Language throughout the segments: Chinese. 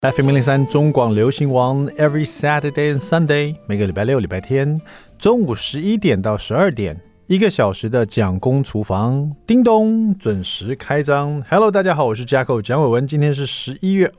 FM 中广流行王 Every Saturday and Sunday 每个礼拜六礼拜天中午11点到12点1个小时的蒋公厨房叮咚准时开张。 Hello 大家好，我是 Jacko 蒋伟文，今天是11月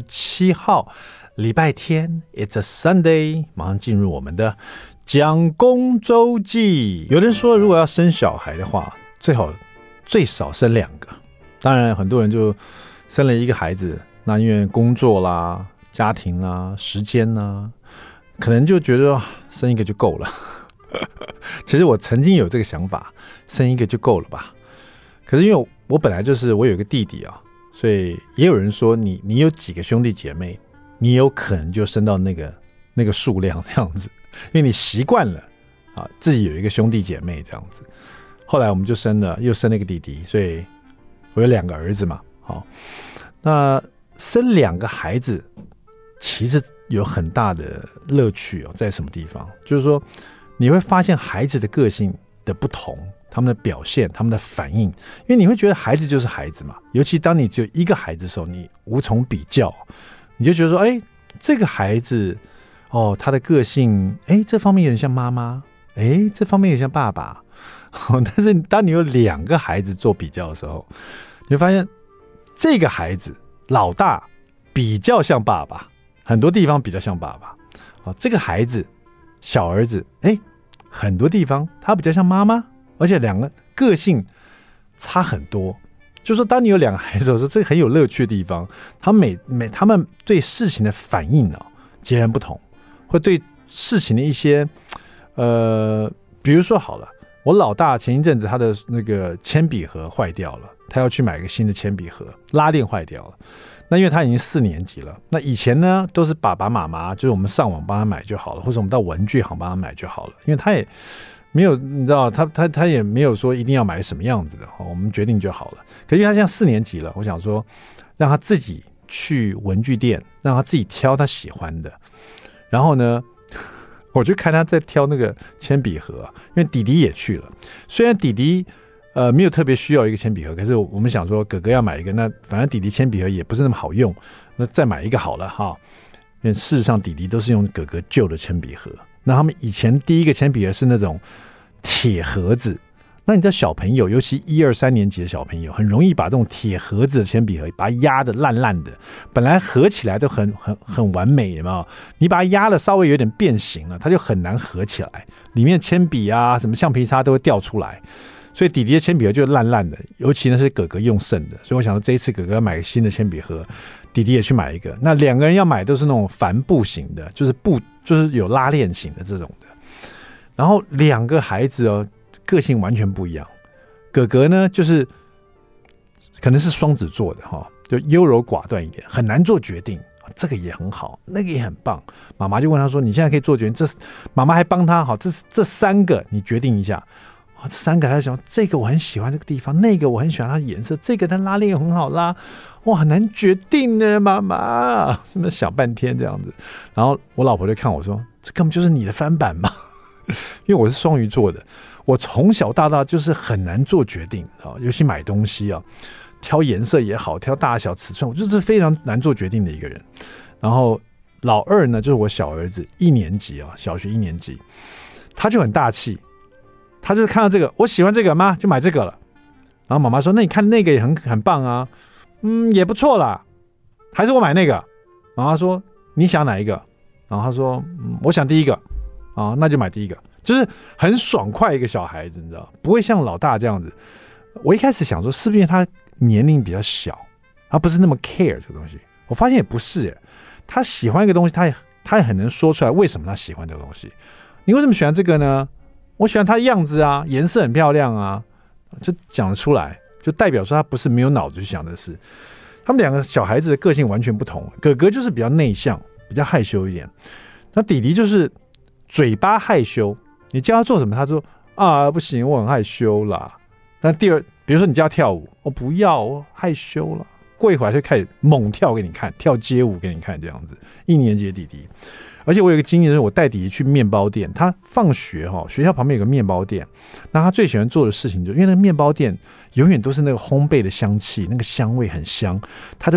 27号礼拜天， It's a Sunday， 马上进入我们的蒋公周记。有人说如果要生小孩的话，最好最少生2个，当然很多人就生了1个孩子，那因为工作啦、家庭啦、时间啦，可能就觉得生1个就够了。其实我曾经有这个想法，生1个就够了吧。可是因为我本来就是我有一个弟弟啊，所以也有人说你有几个兄弟姐妹，你有可能就生到那个数量这样子，因为你习惯了啊，自己有一个兄弟姐妹这样子。后来我们就又生了一个弟弟，所以我有2个儿子嘛。好，那生2个孩子其实有很大的乐趣哦，在什么地方？就是说你会发现孩子的个性的不同，他们的表现，他们的反应，因为你会觉得孩子就是孩子嘛，尤其当你只有1个孩子的时候，你无从比较，你就觉得说，哎，这个孩子哦，他的个性，哎，这方面有点像妈妈，哎，这方面有点像爸爸。但是当你有2个孩子做比较的时候，你会发现这个孩子老大比较像爸爸，很多地方比较像爸爸。这个孩子小儿子，哎，很多地方他比较像妈妈，而且2个个性差很多。就是说当你有2个孩子的时候，这个很有乐趣的地方，他们对事情的反应截然不同，会对事情的一些比如说好了，我老大前一阵子他的那个铅笔盒坏掉了，他要去买一个新的铅笔盒，拉链坏掉了。那因为他已经4年级了，那以前呢都是爸爸妈妈，就是我们上网帮他买就好了，或者我们到文具行帮他买就好了，因为他也没有，你知道，他也没有说一定要买什么样子的，我们决定就好了。可是因为他现在4年级了，我想说让他自己去文具店，让他自己挑他喜欢的。然后呢，我就看他在挑那个铅笔盒，因为弟弟也去了。虽然弟弟没有特别需要一个铅笔盒，可是我们想说哥哥要买一个，那反正弟弟铅笔盒也不是那么好用，那再买一个好了哈。因为事实上弟弟都是用哥哥旧的铅笔盒，那他们以前第一个铅笔盒是那种铁盒子，那你知道小朋友，尤其1、2、3年级的小朋友，很容易把这种铁盒子的铅笔盒把它压得烂烂的，本来合起来都很完美，有没有？你把它压了稍微有点变形了，它就很难合起来，里面铅笔啊什么橡皮擦都会掉出来，所以弟弟的铅笔盒就烂烂的，尤其呢是哥哥用剩的。所以我想说这一次哥哥要买个新的铅笔盒，弟弟也去买一个，那2个人要买都是那种帆布型的，就是有拉链型的这种的。然后2个孩子个性完全不一样。哥哥呢就是可能是双子座的就优柔寡断一点，很难做决定，这个也很好，那个也很棒。妈妈就问他说，你现在可以做决定，妈妈还帮他这3个你决定一下。这3个他想，这个我很喜欢这个地方，那个我很喜欢它的颜色，这个它拉链很好拉，哇，很难决定呢，妈妈，什么想半天这样子。然后我老婆就看我说，这根本就是你的翻版嘛。因为我是双鱼座的，我从小到大就是很难做决定尤其买东西挑颜色也好，挑大小尺寸，我就是非常难做决定的一个人。然后老二呢，就是我小儿子1年级小学1年级，他就很大气，他就是看到这个，我喜欢这个，妈就买这个了。然后妈妈说，那你看那个也很棒啊，也不错啦，还是我买那个。妈妈说，你想哪一个？然后他说，我想第一个。那就买第一个，就是很爽快一个小孩子，你知道，不会像老大这样子。我一开始想说，是不是因为他年龄比较小，他不是那么 care 这个东西？我发现也不是耶，他喜欢一个东西，他也很能说出来为什么他喜欢这个东西。你为什么喜欢这个呢？我喜欢它的样子啊，颜色很漂亮啊，就讲得出来，就代表说他不是没有脑子去想的事。他们2个小孩子的个性完全不同，哥哥就是比较内向，比较害羞一点，那弟弟就是嘴巴害羞，你叫他做什么，他说不行，我很害羞啦。那第二，比如说你叫他跳舞，我不要，我害羞了。过一会儿就开始猛跳给你看，跳街舞给你看，这样子。1年级的弟弟，而且我有一个经验，就是我带弟弟去面包店，他放学学校旁边有个面包店，那他最喜欢做的事情，就因为那个面包店永远都是那个烘焙的香气，那个香味很香，他都会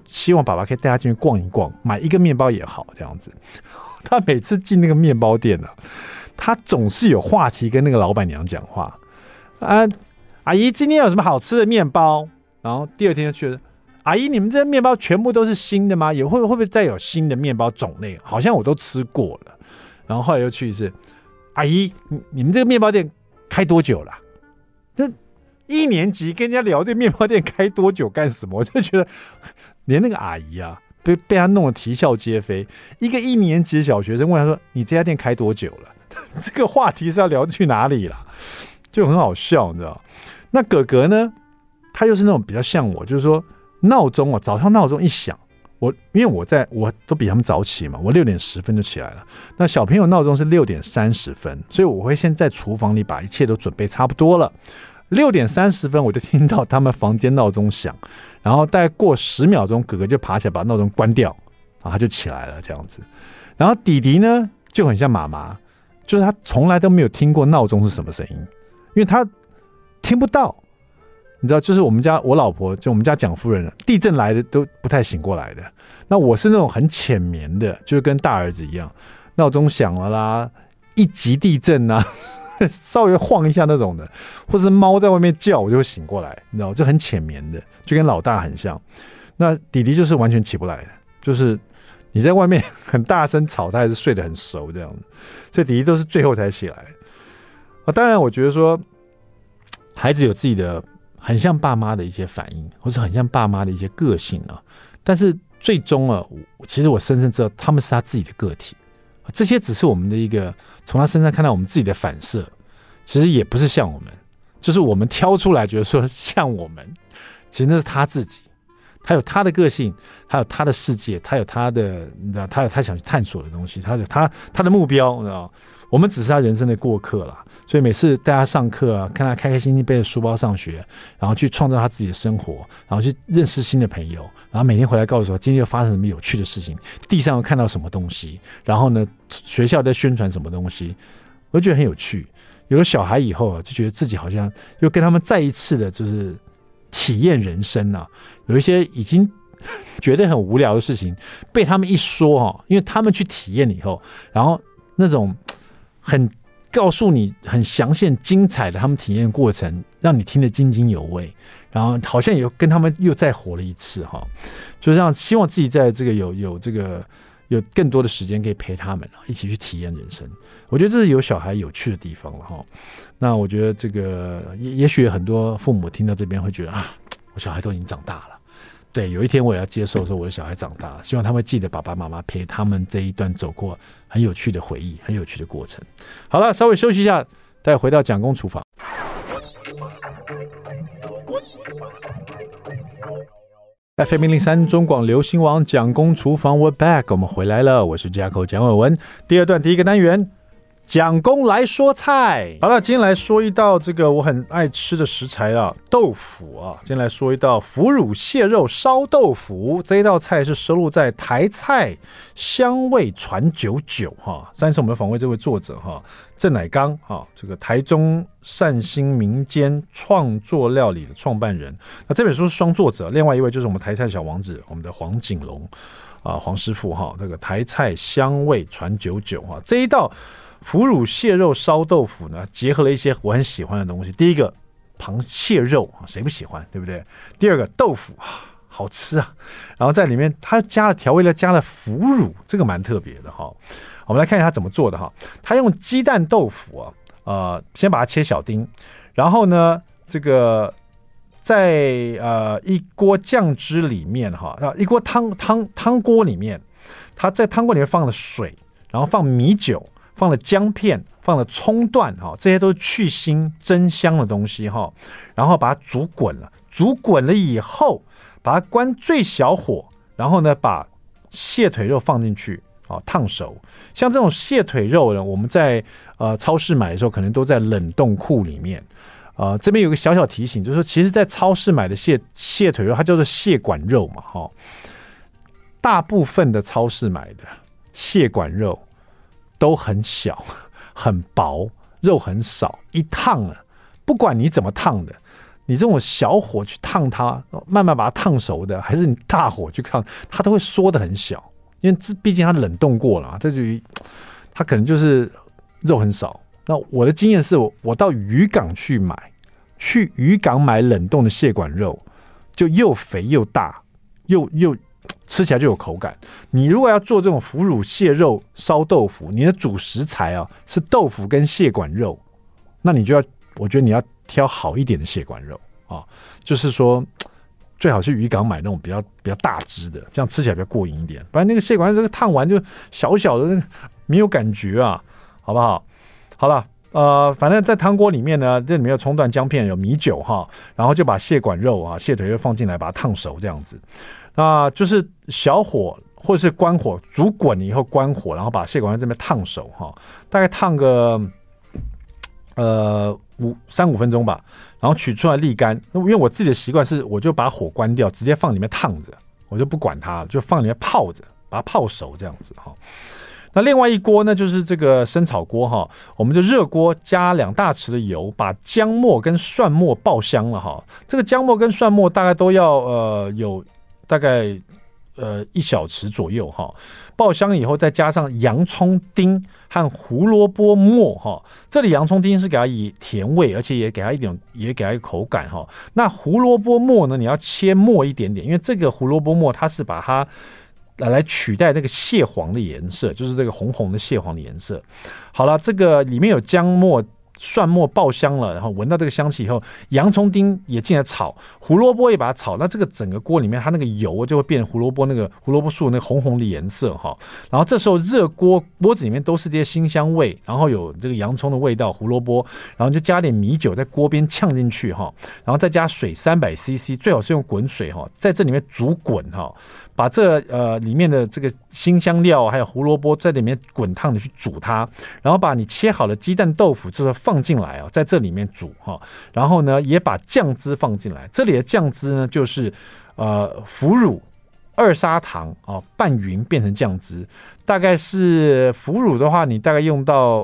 希望爸爸可以带他进去逛一逛，买一个面包也好这样子。他每次进那个面包店啊，他总是有话题跟那个老板娘讲话啊，阿姨今天有什么好吃的面包？然后第二天就去了，阿姨你们这些面包全部都是新的吗？会不会再有新的面包种类？好像我都吃过了。然后后来又去一次，阿姨你们这个面包店开多久了？那1年级跟人家聊这面包店开多久干什么？我就觉得连那个阿姨啊被他弄得啼笑皆非。一个1年级的小学生问他说：“你这家店开多久了？”这个话题是要聊去哪里啦？就很好笑，你知道？那哥哥呢？他又是那种比较像我，就是说闹钟早上闹钟一响，因为我都比他们早起嘛，我6点10分就起来了。那小朋友闹钟是6点30分，所以我会先在厨房里把一切都准备差不多了。6点30分我就听到他们房间闹钟响，然后大概过10秒钟，哥哥就爬起来把闹钟关掉，然后他就起来了这样子。然后弟弟呢就很像妈妈，就是他从来都没有听过闹钟是什么声音，因为他听不到。你知道，就是我老婆，就我们家蒋夫人，地震来的都不太醒过来的。那我是那种很浅眠的，就是跟大儿子一样，闹钟响了啦，1级地震啊，稍微晃一下那种的，或者是猫在外面叫，我就会醒过来，你知道，就很浅眠的，就跟老大很像。那弟弟就是完全起不来的，就是你在外面很大声吵，他还是睡得很熟这样子。所以弟弟都是最后才起来。当然，我觉得说孩子有自己的很像爸妈的一些反应，或是很像爸妈的一些个性啊，但是最终啊，其实我深深知道他们是他自己的个体，这些只是我们的一个从他身上看到我们自己的反射，其实也不是像我们，就是我们挑出来觉得说像我们，其实那是他自己，他有他的个性，他有他的世界，他有他的，你知道，他有他想去探索的东西，他有他的目标，你知道，我们只是他人生的过客啦。所以每次带他上课啊，看他开开心心背着书包上学，然后去创造他自己的生活，然后去认识新的朋友，然后每天回来告诉我今天又发生什么有趣的事情，地上又看到什么东西，然后呢学校在宣传什么东西，我就觉得很有趣。有了小孩以后啊，就觉得自己好像又跟他们再一次的就是体验人生啊，有一些已经觉得很无聊的事情被他们一说啊，因为他们去体验以后，然后那种很告诉你很详细、很精彩的他们体验过程，让你听得津津有味，然后好像有跟他们又再活了一次哈，就让希望自己在这个有更多的时间可以陪他们一起去体验人生。我觉得这是有小孩有趣的地方了哈。那我觉得这个也许很多父母听到这边会觉得啊，我小孩都已经长大了。对，有一天我也要接受说我的小孩长大了，希望他们记得爸爸妈妈陪他们这一段走过很有趣的回忆，很有趣的过程。好了，稍微休息一下，再回到蒋公厨房。FM 103中广流行网蒋公厨房 We're back， 我们回来了，我是 Jacko 蒋伟文。第二段第一个单元，蒋公来说菜。好了，今天来说一道这个我很爱吃的食材啊，豆腐啊。今天来说一道腐乳蟹肉烧豆腐。这一道菜是收录在台菜香味传99哈。上一次我们访问这位作者哈，郑乃刚哈，这个台中善心民间创作料理的创办人。那这本书是双作者，另外一位就是我们台菜小王子，我们的黄景龙黄师傅哈。这个台菜香味传99哈，这一道腐乳蟹肉烧豆腐呢，结合了一些我很喜欢的东西。第一个，螃蟹肉，谁不喜欢，对不对？第二个，豆腐好吃啊，然后在里面它加了调味料，加了腐乳，这个蛮特别的哈。我们来看一下它怎么做的哈。它用鸡蛋豆腐先把它切小丁，然后呢，这个在一锅酱汁里面一锅汤锅里面，它在汤锅里面放了水，然后放米酒，放了姜片，放了葱段这些都是去腥增香的东西然后把它煮滚了以后，把它关最小火，然后呢把蟹腿肉放进去烫熟。像这种蟹腿肉呢，我们在超市买的时候可能都在冷冻库里面。这边有个小小提醒，就是说其实在超市买的蟹腿肉它叫做蟹管肉嘛大部分的超市买的蟹管肉都很小很薄，肉很少，一烫了不管你怎么烫的， 你这种小火去烫它，慢慢把它烫熟的，还是你大火去烫，它都会缩得很小，因为毕竟它冷冻过了，这就它可能就是肉很少。那我的经验是我到渔港去渔港买冷冻的蟹管肉，就又肥又大，又吃起来就有口感。你如果要做这种腐乳蟹肉烧豆腐，你的主食材啊是豆腐跟蟹管肉，那你就要，我觉得你要挑好一点的蟹管肉啊，就是说最好去渔港买那种比较大只的，这样吃起来比较过瘾一点。不然那个蟹管肉这个烫完就小小的，没有感觉啊，好不好？好了。反正在汤锅里面呢，这里面有葱段姜片，有米酒哈，然后就把蟹管肉啊、蟹腿肉放进来，把它烫熟这样子。那就是小火或者是关火，煮滚以后关火，然后把蟹管肉这边烫熟哈，大概烫个3-5分钟吧，然后取出来沥干。因为我自己的习惯是，我就把火关掉，直接放里面烫着，我就不管它了，就放里面泡着，把它泡熟这样子哈。那另外一锅呢，就是这个生炒锅哈，我们就热锅加2大匙的油，把姜末跟蒜末爆香了哈。这个姜末跟蒜末大概都要有大概1小匙左右哈。爆香以后再加上洋葱丁和胡萝卜末哈。这里洋葱丁是给它以甜味，而且也给它一个口感哈。那胡萝卜末呢，你要切末一点点，因为这个胡萝卜末它是把它来取代这个蟹黄的颜色，就是这个红红的蟹黄的颜色。好了，这个里面有姜末、蒜末爆香了，然后闻到这个香气以后，洋葱丁也进来炒，胡萝卜也把它炒。那这个整个锅里面，它那个油就会变成胡萝卜素那个红红的颜色哈。然后这时候热锅子里面都是这些辛香味，然后有这个洋葱的味道、胡萝卜，然后就加点米酒在锅边呛进去哈，然后再加水300cc， 最好是用滚水哈，在这里面煮滚哈。把这里面的这个辛香料还有胡萝卜在里面滚烫的去煮它，然后把你切好的鸡蛋豆腐就是放进来在这里面煮哈，然后呢也把酱汁放进来。这里的酱汁呢就是腐乳、2砂糖拌匀变成酱汁，大概是腐乳的话，你大概用到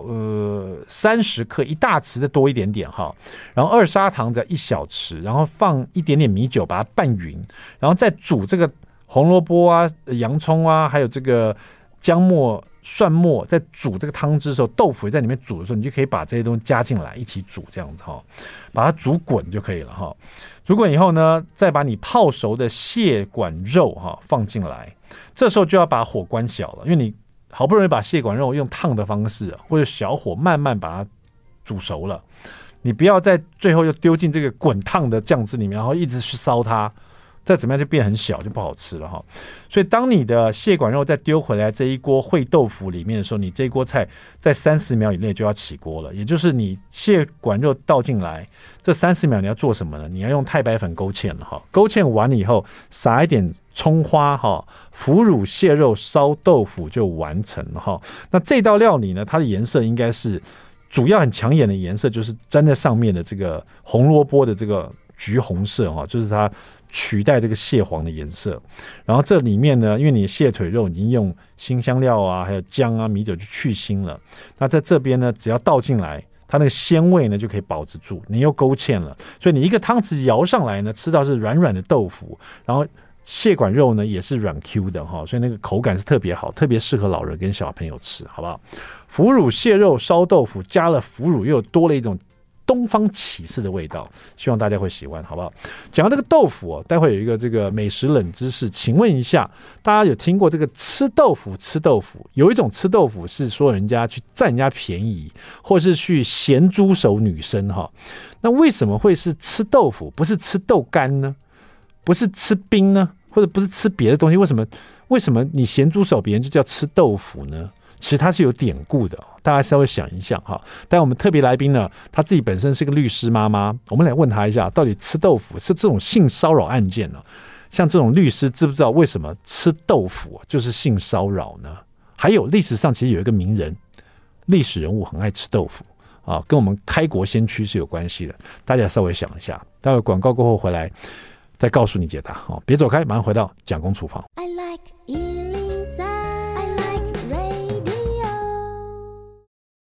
30克，1大匙的多一点点哈，然后2砂糖在1小匙，然后放一点点米酒把它拌匀，然后再煮这个红萝卜啊、洋葱啊，还有这个姜末、蒜末，在煮这个汤汁的时候，豆腐也在里面煮的时候，你就可以把这些东西加进来一起煮，这样子哈，把它煮滚就可以了哈。煮滚以后呢，再把你泡熟的蟹管肉哈放进来，这时候就要把火关小了，因为你好不容易把蟹管肉用烫的方式或者小火慢慢把它煮熟了，你不要在最后又丢进这个滚烫的酱汁里面，然后一直去烧它。再怎么样就变很小，就不好吃了哈。所以当你的蟹管肉再丢回来这一锅烩豆腐里面的时候，你这一锅菜在30秒以内就要起锅了。也就是你蟹管肉倒进来，这30秒你要做什么呢？你要用太白粉勾芡了哈。勾芡完了以后，撒一点葱花哈，腐乳蟹肉烧豆腐就完成了哈。那这道料理呢，它的颜色应该是主要很抢眼的颜色，就是沾在上面的这个红萝卜的这个橘红色哈，就是它取代这个蟹黄的颜色。然后这里面呢，因为你的蟹腿肉已经用辛香料啊还有姜啊米酒去去腥了，那在这边呢只要倒进来，它那个鲜味呢就可以保持住，你又勾芡了，所以你一个汤匙舀上来呢，吃到是软软的豆腐，然后蟹管肉呢也是软 Q 的哈，所以那个口感是特别好，特别适合老人跟小朋友吃，好不好？腐乳蟹肉烧豆腐加了腐乳，又多了一种东方起司的味道，希望大家会喜欢，好不好？讲到这个豆腐待会有一个这个美食冷知识，请问一下，大家有听过这个吃豆腐？有一种吃豆腐是说人家去占人家便宜，或是去咸猪手女生哈。那为什么会是吃豆腐，不是吃豆干呢？不是吃冰呢？或者不是吃别的东西？为什么你咸猪手别人就叫吃豆腐呢？其实它是有典故的，大家稍微想一想哈。但我们特别来宾呢，他自己本身是个律师妈妈，我们来问他一下，到底吃豆腐是这种性骚扰案件呢？像这种律师知不知道为什么吃豆腐就是性骚扰呢？还有历史上其实有一个名人，历史人物很爱吃豆腐啊，跟我们开国先驱是有关系的，大家稍微想一下。待会广告过后回来再告诉你解答，别走开，马上回到蒋公厨房。I like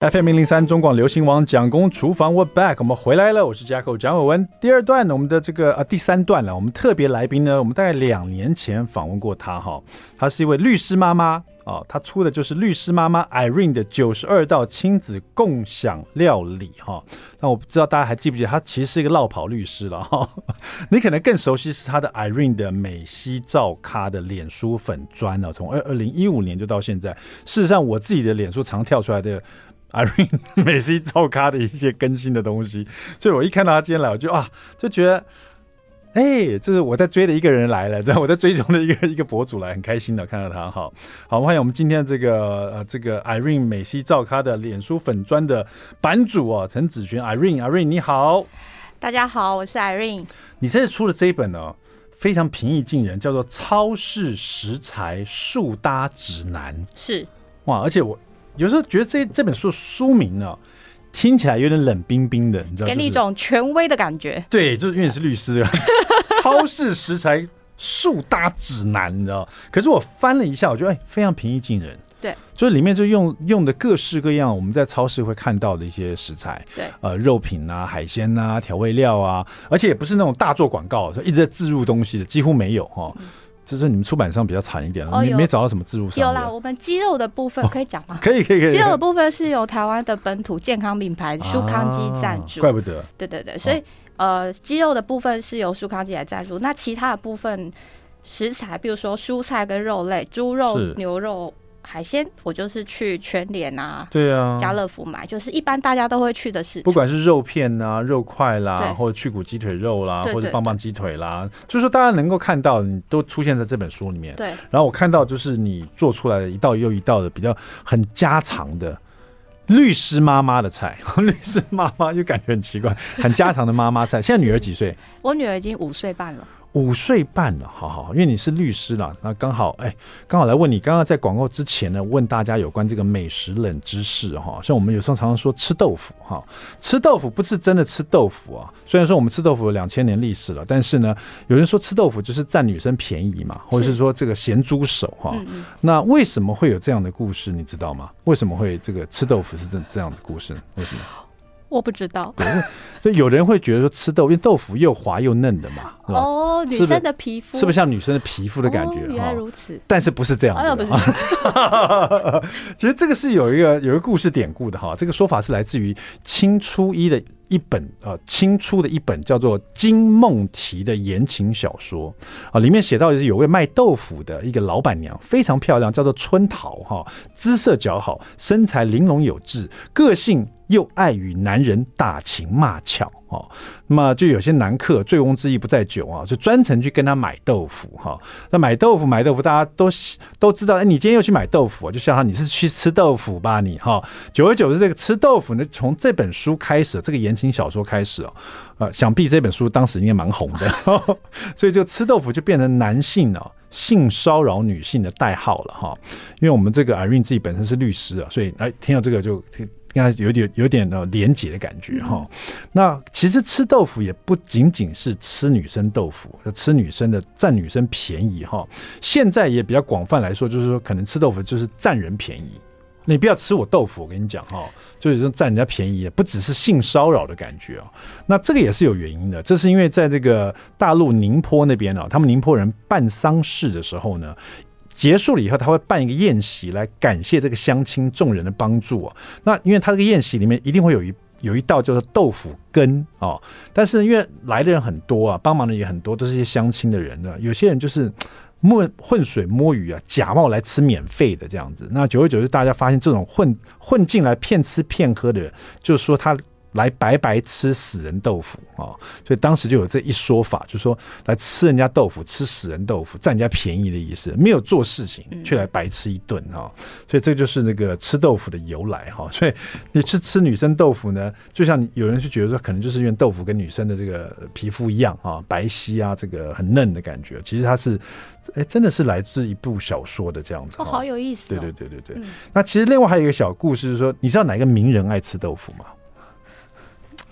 FM103 中广流行网蒋公厨房 We're back， 我们回来了，我是Jacko 蒋伟文。第二段我们的第三段了，我们特别来宾呢，我们大概2年前访问过他哈，他是一位律师妈妈哦，他出的就是律师妈妈 Irene 的92道亲子共享料理哈。那我不知道大家还记不记得，他其实是一个落跑律师了哈。你可能更熟悉是他的 Irene 的美西照咖的脸书粉专哦，从2015年就到现在。事实上，我自己的脸书常跳出来的。Irene 美西照咖的一些更新的东西，所以我一看到他今天来，我就觉得，这是我在追的一个人来了，我在追踪的一个博主来，很开心的看到他。好，欢迎我们今天这个 Irene 美西照咖的脸书粉专的版主哦，陈子璇 Irene 你好， 大家好，我是 Irene。你这次出了这一本呢，非常平易近人，叫做《超市食材速搭指南》。 是哇，而且我有时候觉得这本书的书名呢，听起来有点冷冰冰的，你知道， 给你一种权威的感觉。 对，就是因为你是律师，超市食材速搭指南，你知道。可是我翻了一下，我觉得非常平易近人。 对， 就是里面就用的各式各样我们在超市会看到的一些食材， 对， 肉品啊、海鲜啊、调味料啊，而且也不是那种大做广告，一直在置入东西的，几乎没有哈。就是你们出版商比较惨一点，你没找到什么置入商。 有啦，我们鸡肉的部分可以讲吗？ 可以。 鸡肉的部分是由台湾的本土健康品牌舒康鸡赞助， 怪不得。 对，所以鸡肉的部分是由舒康鸡来赞助，那其他的部分食材，比如说蔬菜跟肉类，猪肉、牛肉。海鲜我就是去全联啊， 对啊， 家乐福买，就是一般大家都会去的市场， 不管是肉片啊、肉块啦，或者去骨鸡腿肉啦，或者棒棒鸡腿啦，就是说大家能够看到，你都出现在这本书里面。 对， 然后我看到就是你做出来的一道又一道的比较很家常的律师妈妈的菜，律师妈妈又感觉很奇怪，很家常的妈妈菜。现在女儿几岁？ 我女儿已经5岁半了。 5岁半了，好，因为你是律师啦，那刚好来问你。刚刚在广告之前呢，问大家有关这个美食冷知识哈。像我们有时候常常说吃豆腐哈，吃豆腐不是真的吃豆腐啊。虽然说我们吃豆腐有2000年历史了，但是呢，有人说吃豆腐就是占女生便宜嘛，或者是说这个咸猪手哈。那为什么会有这样的故事？你知道吗？为什么会这个吃豆腐是这样的故事？为什么？ 我不知道， 所以有人会觉得说吃豆腐，因为豆腐又滑又嫩的嘛。 哦，女生的皮肤是不是像女生的皮肤的感觉？ 原来如此， 但是不是这样的。 不是其实这个是有一个故事典故的哈。这个说法是来自于清初的一本叫做《金梦题》的言情小说啊，里面写到有位卖豆腐的一个老板娘，非常漂亮，叫做春桃哈，姿色姣好，身材玲珑有致，个性又爱与男人打情骂俏哦。那么就有些男客醉翁之意不在酒啊，就专程去跟他买豆腐哈。那买豆腐，大家都知道，你今天又去买豆腐，就笑他你是去吃豆腐吧你哈。久而久之，这个吃豆腐呢，从这本书开始，这个言情小说开始想必这本书当时应该蛮红的，所以就吃豆腐就变成男性性骚扰女性的代号了哈。因为我们这个 Irene 自己本身是律师所以听到这个就应该有点连结的感觉哈。那其实吃豆腐也不仅仅是吃女生豆腐，吃女生的占女生便宜哈。现在也比较广泛来说，就是说可能吃豆腐就是占人便宜。你不要吃我豆腐，我跟你讲就是占人家便宜，不只是性骚扰的感觉那这个也是有原因的，这是因为在这个大陆宁波那边他们宁波人办丧事的时候呢，结束了以后，他会办一个宴席来感谢这个乡亲众人的帮助那因为他这个宴席里面一定会有一道叫做豆腐羹但是因为来的人很多帮忙的也很多，都是一些乡亲的人有些人就是浑水摸鱼假冒来吃免费的这样子。那久而久之，大家发现这种混进来骗吃骗喝的人，就是说他来白白吃死人豆腐所以当时就有这一说法，就是说来吃人家豆腐，吃死人豆腐，占人家便宜的意思，没有做事情却来白吃一顿所以这就是那个吃豆腐的由来所以你吃女生豆腐呢，就像有人就觉得说，可能就是因为豆腐跟女生的这个皮肤一样白皙这个很嫩的感觉，其实它是真的是来自一部小说的这样子好有意思对。那其实另外还有一个小故事，就是说你知道哪个名人爱吃豆腐吗？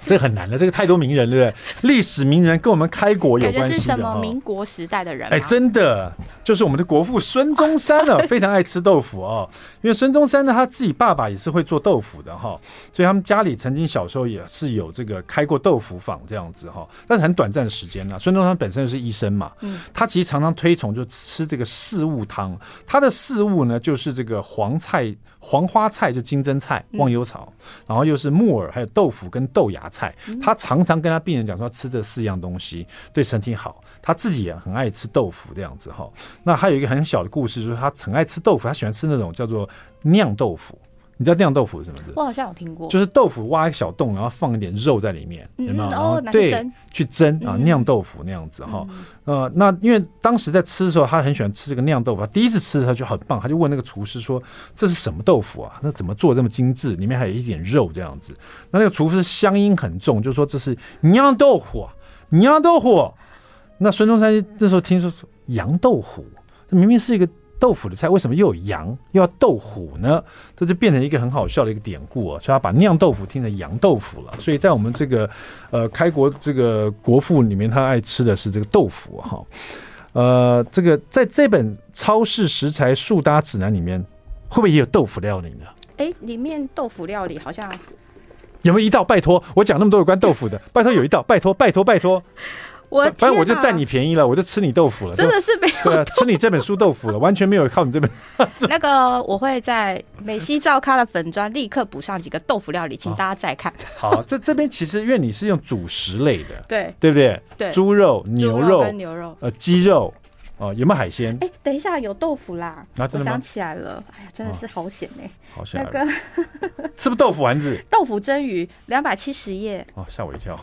这个很难的，这个太多名人，对不对？历史名人跟我们开国有关系的， 感觉是什么民国时代的人？ 哎，真的就是我们的国父孙中山了，非常爱吃豆腐哦。因为孙中山呢，他自己爸爸也是会做豆腐的哈，所以他们家里曾经小时候也是有这个开过豆腐坊这样子哈，但是很短暂的时间啦。孙中山本身是医生嘛，他其实常常推崇就吃这个四物汤，他的四物呢就是这个黄花菜就金针菜、忘忧草，然后又是木耳，还有豆腐跟豆芽菜。他常常跟他病人讲说，吃这4样东西对身体好。他自己也很爱吃豆腐这样子哈。那还有一个很小的故事，就是他很爱吃豆腐，他喜欢吃那种叫做酿豆腐。你知道酿豆腐是什么？ 我好像有听过， 就是豆腐挖一个小洞，然后放一点肉在里面，有没有？然后对， 去蒸啊，酿豆腐那样子哈。那因为当时在吃的时候，他很喜欢吃这个酿豆腐，他第一次吃他就很棒，他就问那个厨师说：“这是什么豆腐啊？那怎么做这么精致？里面还有一点肉这样子。”那个厨师乡音很重，就说这是酿豆腐，酿豆腐。那孙中山那时候听说羊豆腐，明明是一个豆腐的菜，为什么又有羊又要豆腐呢？这就变成一个很好笑的一个典故所以他把酿豆腐听成洋豆腐了。所以在我们这个开国这个国父里面，他爱吃的是这个豆腐哈。这个在这本超市食材速搭指南里面，会不会也有豆腐料理呢？ 里面豆腐料理好像有没有一道？拜托，我讲那么多有关豆腐的，拜托有一道，拜托。反正我就占你便宜了，我就吃你豆腐了， 真的是没有对啊，吃你这本书豆腐了，完全没有靠你这本。 那个我会在美西照咖的粉专立刻补上几个豆腐料理，请大家再看。 好，这边其实因为你是用主食类的， 对不对？ 对， 猪肉、牛肉、鸡肉。有没有海鲜？ 等一下有豆腐啦！ 我想起来了，哎呀，真的是好险好险！那个吃不豆腐丸子， 豆腐蒸鱼270页。 吓我一跳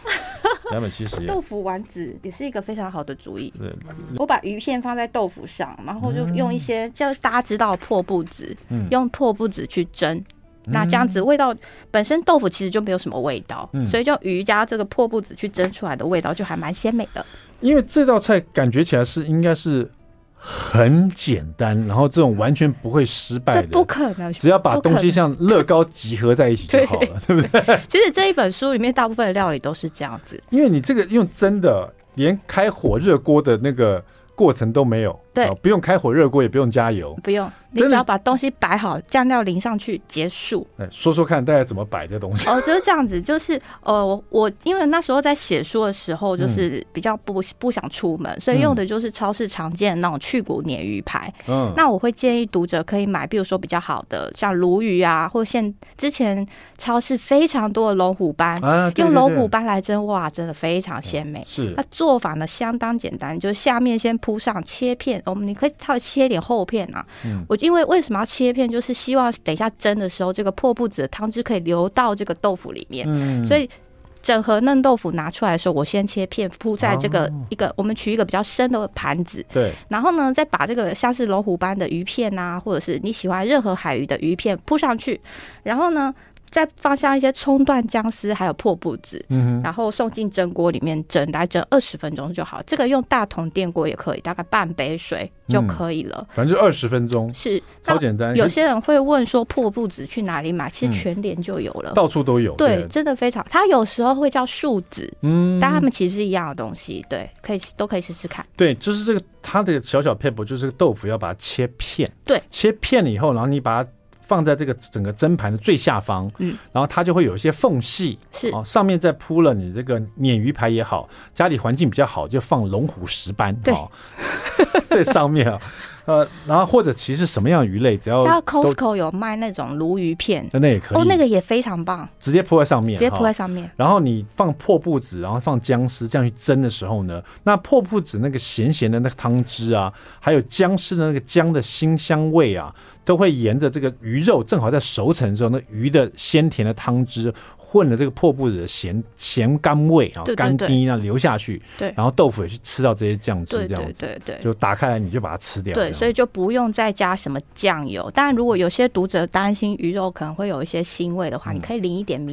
！270页。 豆腐丸子也是一个非常好的主意。我把鱼片放在豆腐上，然后就用一些，就大家知道破布子，用破布子去蒸。那这样子味道本身豆腐其实就没有什么味道，所以就鱼加这个破布子去蒸出来的味道就还蛮鲜美的。因为这道菜感觉起来应该是很简单，然后这种完全不会失败的， 这不可能， 只要把东西像乐高集合在一起就好了，对不对？ 其实这一本书里面大部分的料理都是这样子， 因为你这个用蒸的，连开火热锅的那个过程都没有， 对， 不用开火热锅，也不用加油， 不用，你只要把东西摆好，酱料淋上去，结束。 说说看，大家怎么摆这东西？ 就是这样子，就是我因为那时候在写书的时候，就是比较不想出门，所以用的就是超市常见的那种去骨鲶鱼排。那我会建议读者可以买，比如说比较好的，像鲈鱼啊，或之前超市非常多的龙虎斑，用龙虎斑来蒸，哇，真的非常鲜美。 是， 它做法呢相当简单，就是下面先铺上切片，你可以稍微切一点厚片啊。因为为什么要切片，就是希望等一下蒸的时候，这个破布子的汤汁可以流到这个豆腐里面。所以整盒嫩豆腐拿出来的时候，我先切片铺在这个我们取一个比较深的盘子。 对。 然后呢，再把这个像是龙虎斑的鱼片啊，或者是你喜欢任何海鱼的鱼片铺上去，然后呢，再放上一些葱段、姜丝，还有破布子，然后送进蒸锅里面蒸，大概蒸20分钟就好。这个用大同电锅也可以，大概半杯水就可以了。 反正就20分钟，是超简单。 有些人会问说破布子去哪里买？其实全联就有了， 到处都有。 对，真的非常。它有时候会叫树子，但它们其实是一样的东西。对，都可以试试看。 对，就是这个它的小小 paper， 就是豆腐要把它切片。 对， 切片了以后，然后你把它放在这个整个蒸盘的最下方，然后它就会有一些缝隙， 是上面再铺了你这个鲶鱼排也好，家里环境比较好就放龙虎石斑， 对， 在上面然后或者其实什么样的鱼类，只要像 Costco 有卖那种鲈鱼片， 那也可以， 那个也非常棒， 直接铺在上面，然后你放破布子，然后放姜丝，这样去蒸的时候呢，那破布子那个咸咸的那个汤汁啊，还有姜丝的那个姜的辛香味啊，都会沿着这个鱼肉正好在熟成的时候，那鱼的鲜甜的汤汁混了这个破布子的咸甘味啊，甘滴那流下去， 对， 然后豆腐也去吃到这些酱汁，这样子， 对， 就打开来你就把它吃掉， 对，所以就不用再加什么酱油。当然，如果有些读者担心鱼肉可能会有一些腥味的话，你可以淋一点米酒。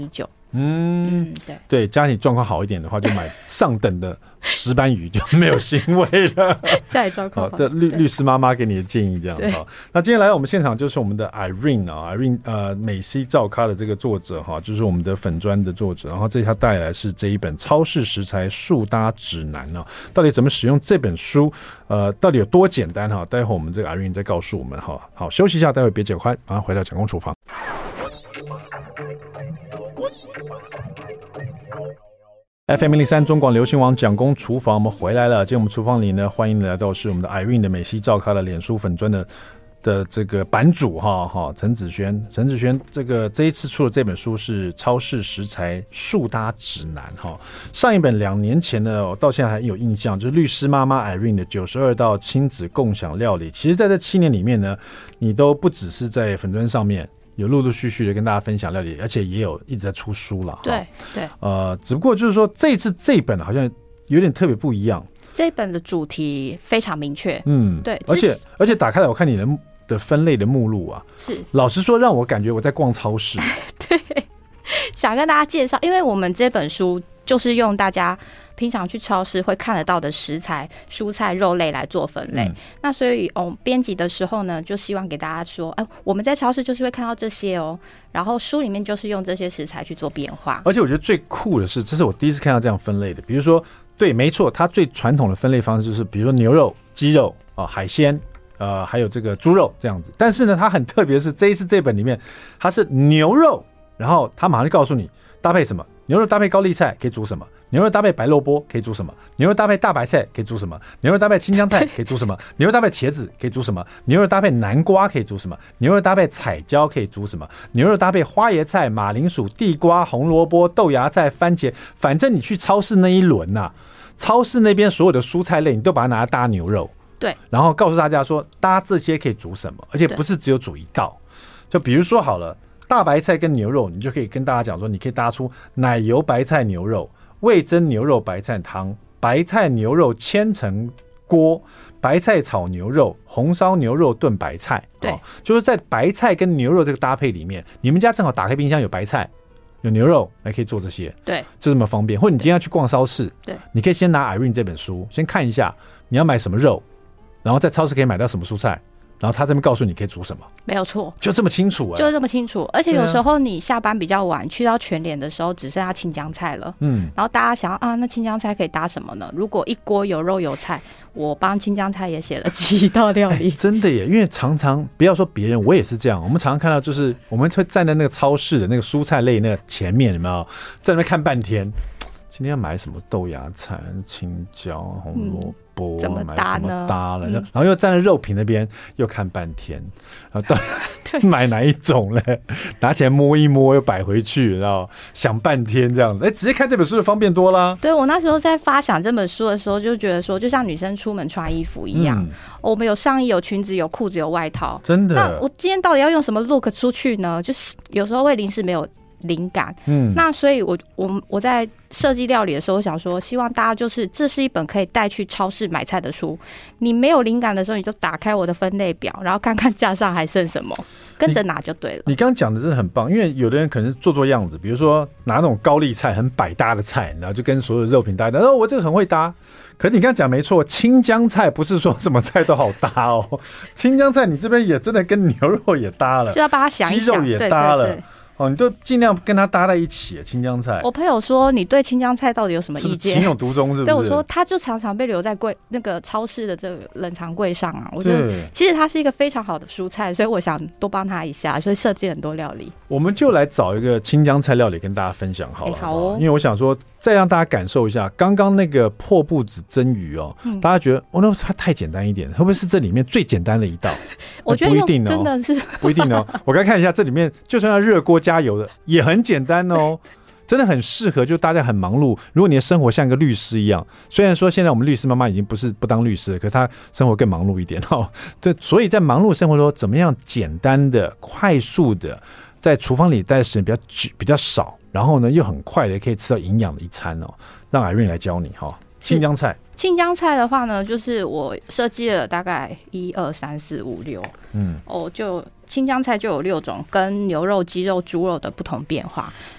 对， 家里状况好一点的话，就买上等的石斑鱼，就没有腥味了。 家里状况好， 这律师妈妈给你的建议这样哈。那今天来到我们现场就是我们的 Irene 啊 ，Irene 美西照咖的这个作者哈，就是我们的粉专的作者。然后这他带来是这一本超市食材速搭指南啊，到底怎么使用这本书？到底有多简单哈？待会我们这个 Irene 再告诉我们哈。好，休息一下，待会别解宽，然后回到蒋公厨房。FM103 中广流行网蒋公厨房，我们回来了。今天我们厨房里呢，欢迎来到是我们的 Irene 的美西照咖的脸书粉专的这个版主哈陈子轩这一次出的这本书是超市食材速搭指南哈。上一本2年前呢，我到现在还有印象，就是律师妈妈 Irene 的92道亲子共享料理。其实在这7年里面呢，你都不只是在粉专上面有陆陆续续的跟大家分享料理，而且也有一直在出书了。 对， 只不过就是说这次这本好像有点特别不一样。这本的主题非常明确，对， 而且打开来我看你的分类的目录啊，是老实说让我感觉我在逛超市。 对，想跟大家介绍，因为我们这本书就是用大家平常去超市会看得到的食材、蔬菜、肉类来做分类。那所以编辑的时候呢，就希望给大家说，我们在超市就是会看到这些哦，然后书里面就是用这些食材去做变化。 而且我觉得最酷的是，这是我第一次看到这样分类的。比如说，对，没错，它最传统的分类方式就是，比如说牛肉、鸡肉海鲜。还有这个猪肉这样子，但是呢，它很特别的是，这一次这本里面它是牛肉，然后它马上就告诉你搭配什么，牛肉搭配高丽菜可以煮什么，牛肉搭配白萝卜可以煮什么，牛肉搭配大白菜可以煮什么，牛肉搭配青江菜可以煮什么，牛肉搭配茄子可以煮什么，牛肉搭配南瓜可以煮什么，牛肉搭配彩椒可以煮什么，牛肉搭配花椰菜、马铃薯、地瓜、红萝卜、豆芽菜、番茄，反正你去超市那一轮啊，超市那边所有的蔬菜类你都把它拿来搭牛肉。 对， 然后告诉大家说搭这些可以煮什么，而且不是只有煮一道。就比如说好了，大白菜跟牛肉，你就可以跟大家讲说，你可以搭出奶油白菜牛肉、味噌牛肉白菜汤、白菜牛肉千层锅、白菜炒牛肉、红烧牛肉炖白菜。对，就是在白菜跟牛肉这个搭配里面，你们家正好打开冰箱有白菜。有牛肉还可以做这些， 对， 这么方便。或者你今天要去逛超市，对，你可以先拿 Irene 这本书，先看一下你要买什么肉，然后在超市可以买到什么蔬菜，然后他这边告诉你可以煮什么， 没有错， 就这么清楚， 就是这么清楚。而且有时候你下班比较晚，去到全联的时候只剩下青江菜了，然后大家想要那青江菜可以搭什么呢？如果一锅有肉有菜，我帮青江菜也写了几道料理。 真的耶，因为常常不要说别人，我也是这样。我们常常看到，就是我们会站在那个超市的那个蔬菜类那个前面，有没有在那边看半天？今天要买什么豆芽菜、青椒、红萝卜， 怎么搭呢？ 搭了，然后又站在肉品那边又看半天，然后到底买哪一种嘞？拿起来摸一摸又摆回去，然后想半天这样子。直接看这本书就方便多啦。 对，我那时候在发想这本书的时候，就觉得说，就像女生出门穿衣服一样，我们有上衣、有裙子、有裤子、有外套， 真的。 那我今天到底要用什么 look 出去呢？就是有时候会临时没有灵感，那所以我在设计料理的时候想说，希望大家就是这是一本可以带去超市买菜的书。你没有灵感的时候，你就打开我的分类表，然后看看架上还剩什么，跟着拿就对了。 你刚刚讲的真的很棒，因为有的人可能是做样子，比如说拿那种高丽菜很百搭的菜，然后就跟所有的肉品搭，然后我这个很会搭。可是你刚刚讲没错，青江菜不是说什么菜都好搭哦，青江菜你这边也真的跟牛肉也搭了， 就要把它想一想， 鸡肉也搭了。 对对对， 你都尽量跟它搭在一起。青江菜， 我朋友说你对青江菜到底有什么意见？ 情有独钟是不是？ 对，我说他就常常被留在那个超市的这个冷藏柜上啊。我觉得其实它是一个非常好的蔬菜，所以我想多帮他一下，所以设计很多料理。我们就来找一个青江菜料理跟大家分享好了。好哦，因为我想说再让大家感受一下刚刚那个破布子蒸鱼哦，大家觉得那它太简单一点，会不会是这里面最简单的一道？我觉得不一定哦，真的是不一定哦。我刚看一下，这里面就算要热锅加油的也很简单哦，真的很适合，就大家很忙碌。如果你的生活像一个律师一样，虽然说现在我们律师妈妈已经不当律师了，可是她生活更忙碌一点哦。对，所以在忙碌生活中，怎么样简单的、快速的，在厨房里待的时间比较少，然后呢又很快的可以吃到营养的一餐哦。让 Irene 来教你哈。青江菜，青江菜的话呢，就是我设计了大概1、2、3、4、5、6，就青江菜就有6种跟牛肉、鸡肉、猪肉的不同变化。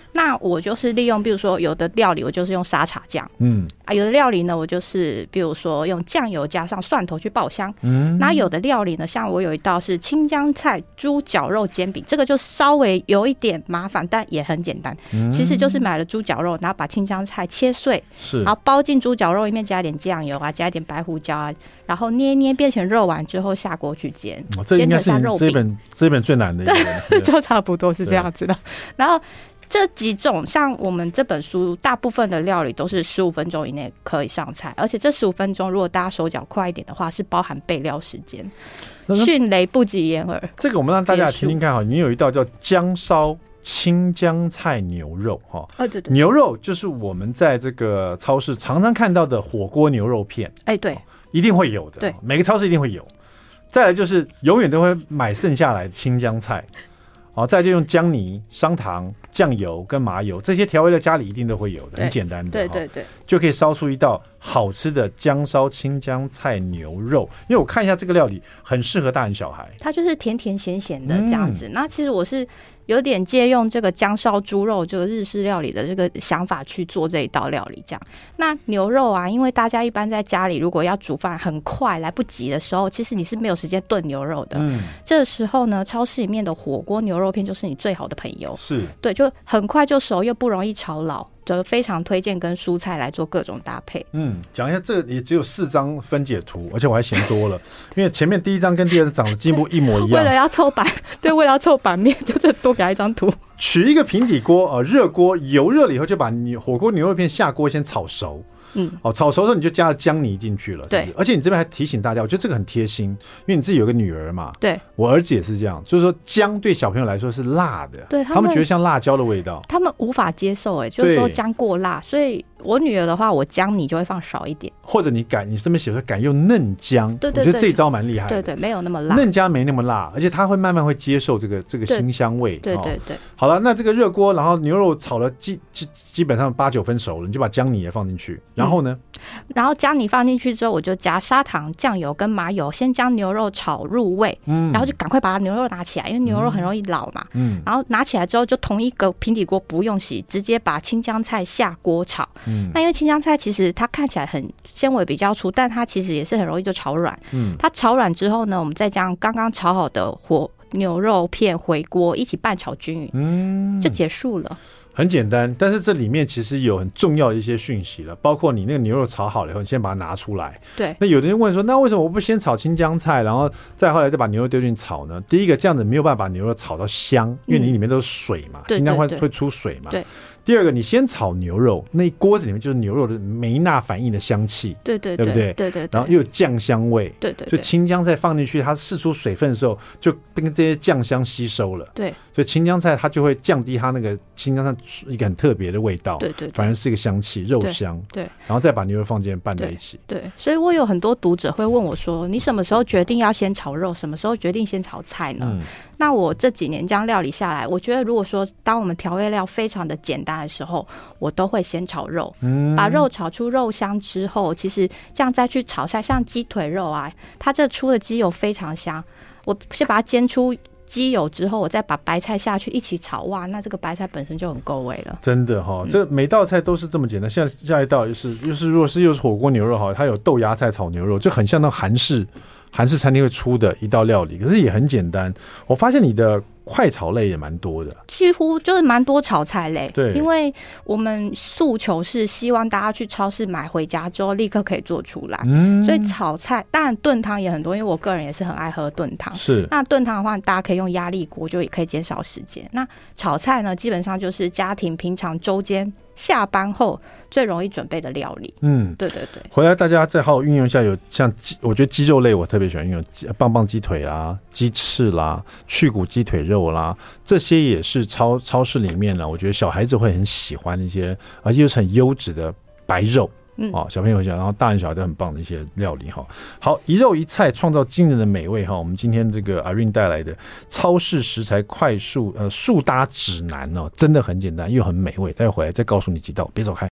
那我就是利用，比如说有的料理我就是用沙茶酱，有的料理呢我就是比如说用酱油加上蒜头去爆香，那有的料理呢，像我有一道是青江菜猪绞肉煎饼，这个就稍微有一点麻烦，但也很简单。其实就是买了猪绞肉，然后把青江菜切碎，然后包进猪绞肉里面，加一点酱油啊，加一点白胡椒啊，然后捏一捏变成肉丸之后下锅去煎。 这应该是这一本最难的一个， 对，就差不多是这样子的。然后这几种像我们这本书大部分的料理都是15分钟以内可以上菜，而且这15分钟如果大家手脚快一点的话，是包含备料时间，迅雷不及掩耳。 这个我们让大家听听看哈，你有一道叫姜烧青江菜牛肉哈， 对， 牛肉就是我们在这个超市常常看到的火锅牛肉片， 对， 一定会有的， 对， 每个超市一定会有。再来就是永远都会买剩下来的青江菜。再就用姜泥、商糖、酱油跟麻油这些调味料，家里一定都会有的，很简单的， 对， 就可以烧出一道好吃的姜烧青江菜牛肉。因为我看一下这个料理，很适合大人小孩， 它就是甜甜咸咸的这样子。那其实我是有点借用这个姜烧猪肉这个日式料理的这个想法去做这一道料理。这样，那牛肉啊，因为大家一般在家里如果要煮饭很快来不及的时候，其实你是没有时间炖牛肉的。这个时候呢，超市里面的火锅牛肉片就是你最好的朋友。是，对，就很快就熟又不容易炒老，就非常推荐跟蔬菜来做各种搭配。 讲一下，这也只有4张分解图，而且我还嫌多了，因为前面第1张跟第2张长得几乎一模一样。 为了要凑版，对，为了要凑版面，就这多给他一张图。 取一个平底锅，热锅，油热了以后，就把火锅牛肉片下锅先炒熟。炒熟的时候你就加了姜泥进去了，对，而且你这边还提醒大家，我觉得这个很贴心，因为你自己有个女儿嘛， 对， 我儿子也是这样，就是说姜对小朋友来说是辣的，对，他们觉得像辣椒的味道， 他们无法接受，就是说姜过辣，所以我女儿的话，我姜泥就会放少一点， 或者你这边写说改用嫩姜，对，我觉得这一招蛮厉害的， 对，没有那么辣， 嫩姜没那么辣，而且他会慢慢会接受这个辛香味， 对。 好了，那这个热锅，然后牛肉炒了基本上8-9分熟了，你就把姜泥也放进去，然后呢？ 然后姜泥放进去之后，我就加砂糖、酱油跟麻油，先将牛肉炒入味，然后就赶快把牛肉拿起来，因为牛肉很容易老嘛，然后拿起来之后就同一个平底锅不用洗，直接把青江菜下锅炒。那因为青江菜其实它看起来很纤维比较粗，但它其实也是很容易就炒软。它炒软之后呢，我们再将刚刚炒好的牛肉片回锅一起拌炒均匀，就结束了。 很简单，但是这里面其实有很重要的一些讯息了，包括你那个牛肉炒好了以后，你先把它拿出来。对。那有的人问说，那为什么我不先炒青江菜，然后后来再把牛肉丢进去炒呢？第一个，这样子没有办法把牛肉炒到香，因为你里面都是水嘛，青江会出水嘛。对。第二个，你先炒牛肉，那一锅子里面就是牛肉的梅纳反应的香气，对不对？对。然后又有酱香味，对。所以青江菜放进去，它释出水分的时候，就跟这些酱香吸收了，对。所以青江菜它就会降低它那个青江菜一个很特别的味道，对，反而是一个香气，肉香，对。然后再把牛肉放进拌在一起， 对。所以我有很多读者会问我说，你什么时候决定要先炒肉，什么时候决定先炒菜呢？那我这几年这样料理下来，我觉得如果说当我们调味料非常的简单的时候，我都会先炒肉，把肉炒出肉香之后，其实这样再去炒菜，像鸡腿肉啊，它这出的鸡油非常香，我先把它煎出鸡油之后，我再把白菜下去一起炒，哇，那这个白菜本身就很够味了。 真的哈，这每道菜都是这么简单。下一道又是如果是火锅牛肉哈，它有豆芽菜炒牛肉，就很像那韩式餐厅会出的一道料理，可是也很简单。我发现你的快炒类也蛮多的， 几乎就是蛮多炒菜类。对，因为我们诉求是希望大家去超市买回家之后立刻可以做出来，所以炒菜当然炖汤也很多，因为我个人也是很爱喝炖汤。是，那炖汤的话，大家可以用压力锅，就也可以减少时间。那炒菜呢，基本上就是家庭平常周间下班后最容易准备的料理。对。 回来大家再好好运用一下，有像我觉得鸡肉类我特别喜欢运用，棒棒鸡腿啦、鸡翅啦、去骨鸡腿肉啦，这些也是超市里面呢，我觉得小孩子会很喜欢的一些，而且又是很优质的白肉。小朋友想，然后大人小孩都很棒的一些料理哈。好，一肉一菜创造惊人的美味哈。我们今天这个 Irene 带来的超市食材快速速搭指南哦，真的很简单又很美味。待会回来再告诉你几道，别走开。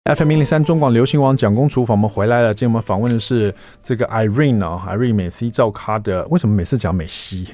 FM103 中广流行网蒋公厨房，我们回来了。今天我们访问的是这个 Irene 啊，Irene 美西照咖的。为什么每次讲美西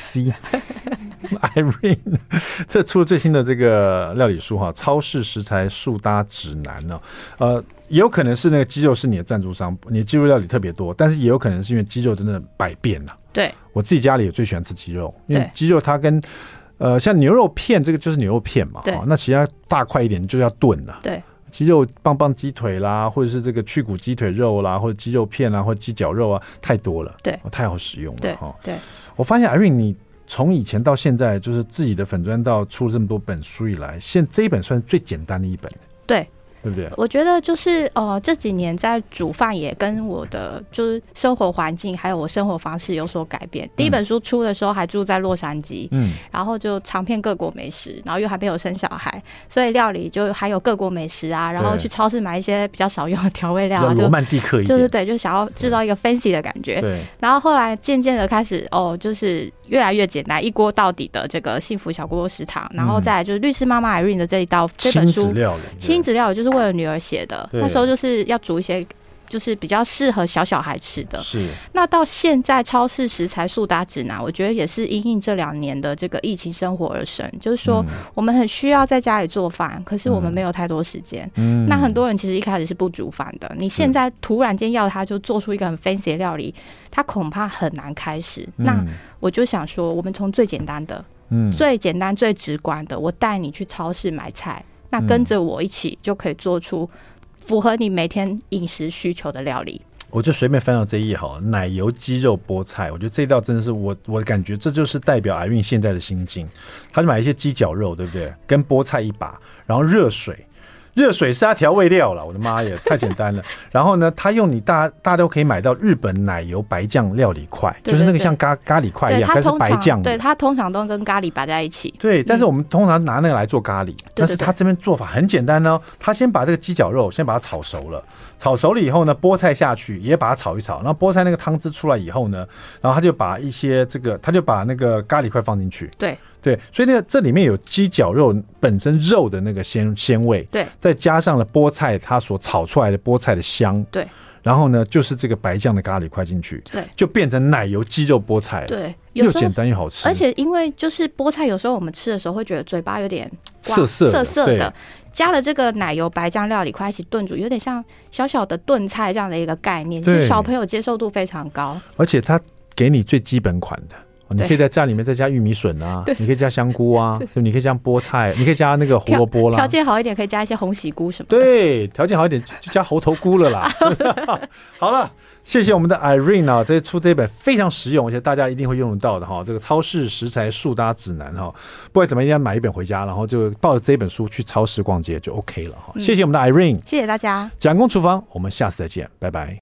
Irene 这出了最新的这个料理书哈，超市食材速搭指南呢。也有可能是那个鸡肉是你的赞助商，你的鸡肉料理特别多，但是也有可能是因为鸡肉真的百变了。 对，我自己家里也最喜欢吃鸡肉，因为鸡肉它跟像牛肉片这个就是牛肉片嘛，那其他大块一点就要炖了。 对。 鸡肉棒棒鸡腿啦，或者是这个去骨鸡腿肉啦，或者鸡肉片啦，或者鸡脚肉啊，太多了， 对， 太好使用了。 对， 我发现 Irene 你从以前到现在，就是自己的粉专到出了这么多本书以来，这一本算是最简单的一本。 对。 对不对？ 我觉得就是这几年在煮饭也跟我的就是生活环境还有我生活方式有所改变。第一本书出的时候还住在洛杉矶，然后就尝遍各国美食，然后又还没有生小孩，所以料理就还有各国美食啊，然后去超市买一些比较少用的调味料啊， 罗曼蒂克一点， 就是对，就想要制造一个 fancy 的感觉。 对， 然后后来渐渐的开始就是越来越简单，一锅到底的这个幸福小锅锅食堂，然后再来就是律师妈妈 Irene 的这本书亲子料理就是为了女儿写的。那时候就是要煮一些就是比较适合小孩吃的。 是。 那到现在超市食材速搭指南，我觉得也是因应这2年的这个疫情生活而生。就是说，我们很需要在家里做饭，可是我们没有太多时间。那很多人其实一开始是不煮饭的，你现在突然间要他就做出一个很 fancy 的料理，他恐怕很难开始。那我就想说，我们从最简单的、最简单、最直观的，我带你去超市买菜。那跟着我一起就可以做出符合你每天饮食需求的料理。 我就随便翻到这一页好了，奶油鸡肉菠菜，我觉得这一道真的是我感觉这就是代表Irene现在的心境。他就买一些鸡脚肉，对不对？跟菠菜一把，然后热水是它调味料了，我的妈耶，太简单了。然后呢，他用你大家都可以买到日本奶油白酱料理块，就是那个像咖喱块一样，但是白酱的。 对，它通常都跟咖喱摆在一起。 对，但是我们通常拿那个来做咖喱，但是他这边做法很简单哦。他先把这个鸡脚肉先把它炒熟了，炒熟了以后呢，菠菜下去也把它炒一炒，然后菠菜那个汤汁出来以后呢，然后他就把他就把那个咖喱块放进去。对，所以这里面有鸡脚肉本身肉的那个鲜味， 对， 再加上了菠菜它所炒出来的菠菜的香， 对， 然后呢就是这个白酱的咖喱块进去， 对， 就变成奶油鸡肉菠菜了， 对， 又简单又好吃。 而且因为就是菠菜有时候我们吃的时候会觉得嘴巴有点涩的，加了这个奶油白酱料理块一起炖煮，有点像小小的炖菜这样的一个概念，其实小朋友接受度非常高， 而且它给你最基本款的。你可以在家里面再加玉米笋啊，你可以加香菇啊，就你可以加菠菜，你可以加那个胡萝卜啦。 条件好一点可以加一些红喜菇什么的。 对，条件好一点就加猴头菇了啦。好了，谢谢我们的 Irene 啊，出这本非常实用，而且大家一定会用得到的哈。这个超市食材速搭指南哈，不管怎么一定要买一本回家，然后就抱着这本书去超市逛街就 OK 了哈。谢谢我们的 Irene， 谢谢大家。 蒋公厨房，我们下次再见，拜拜。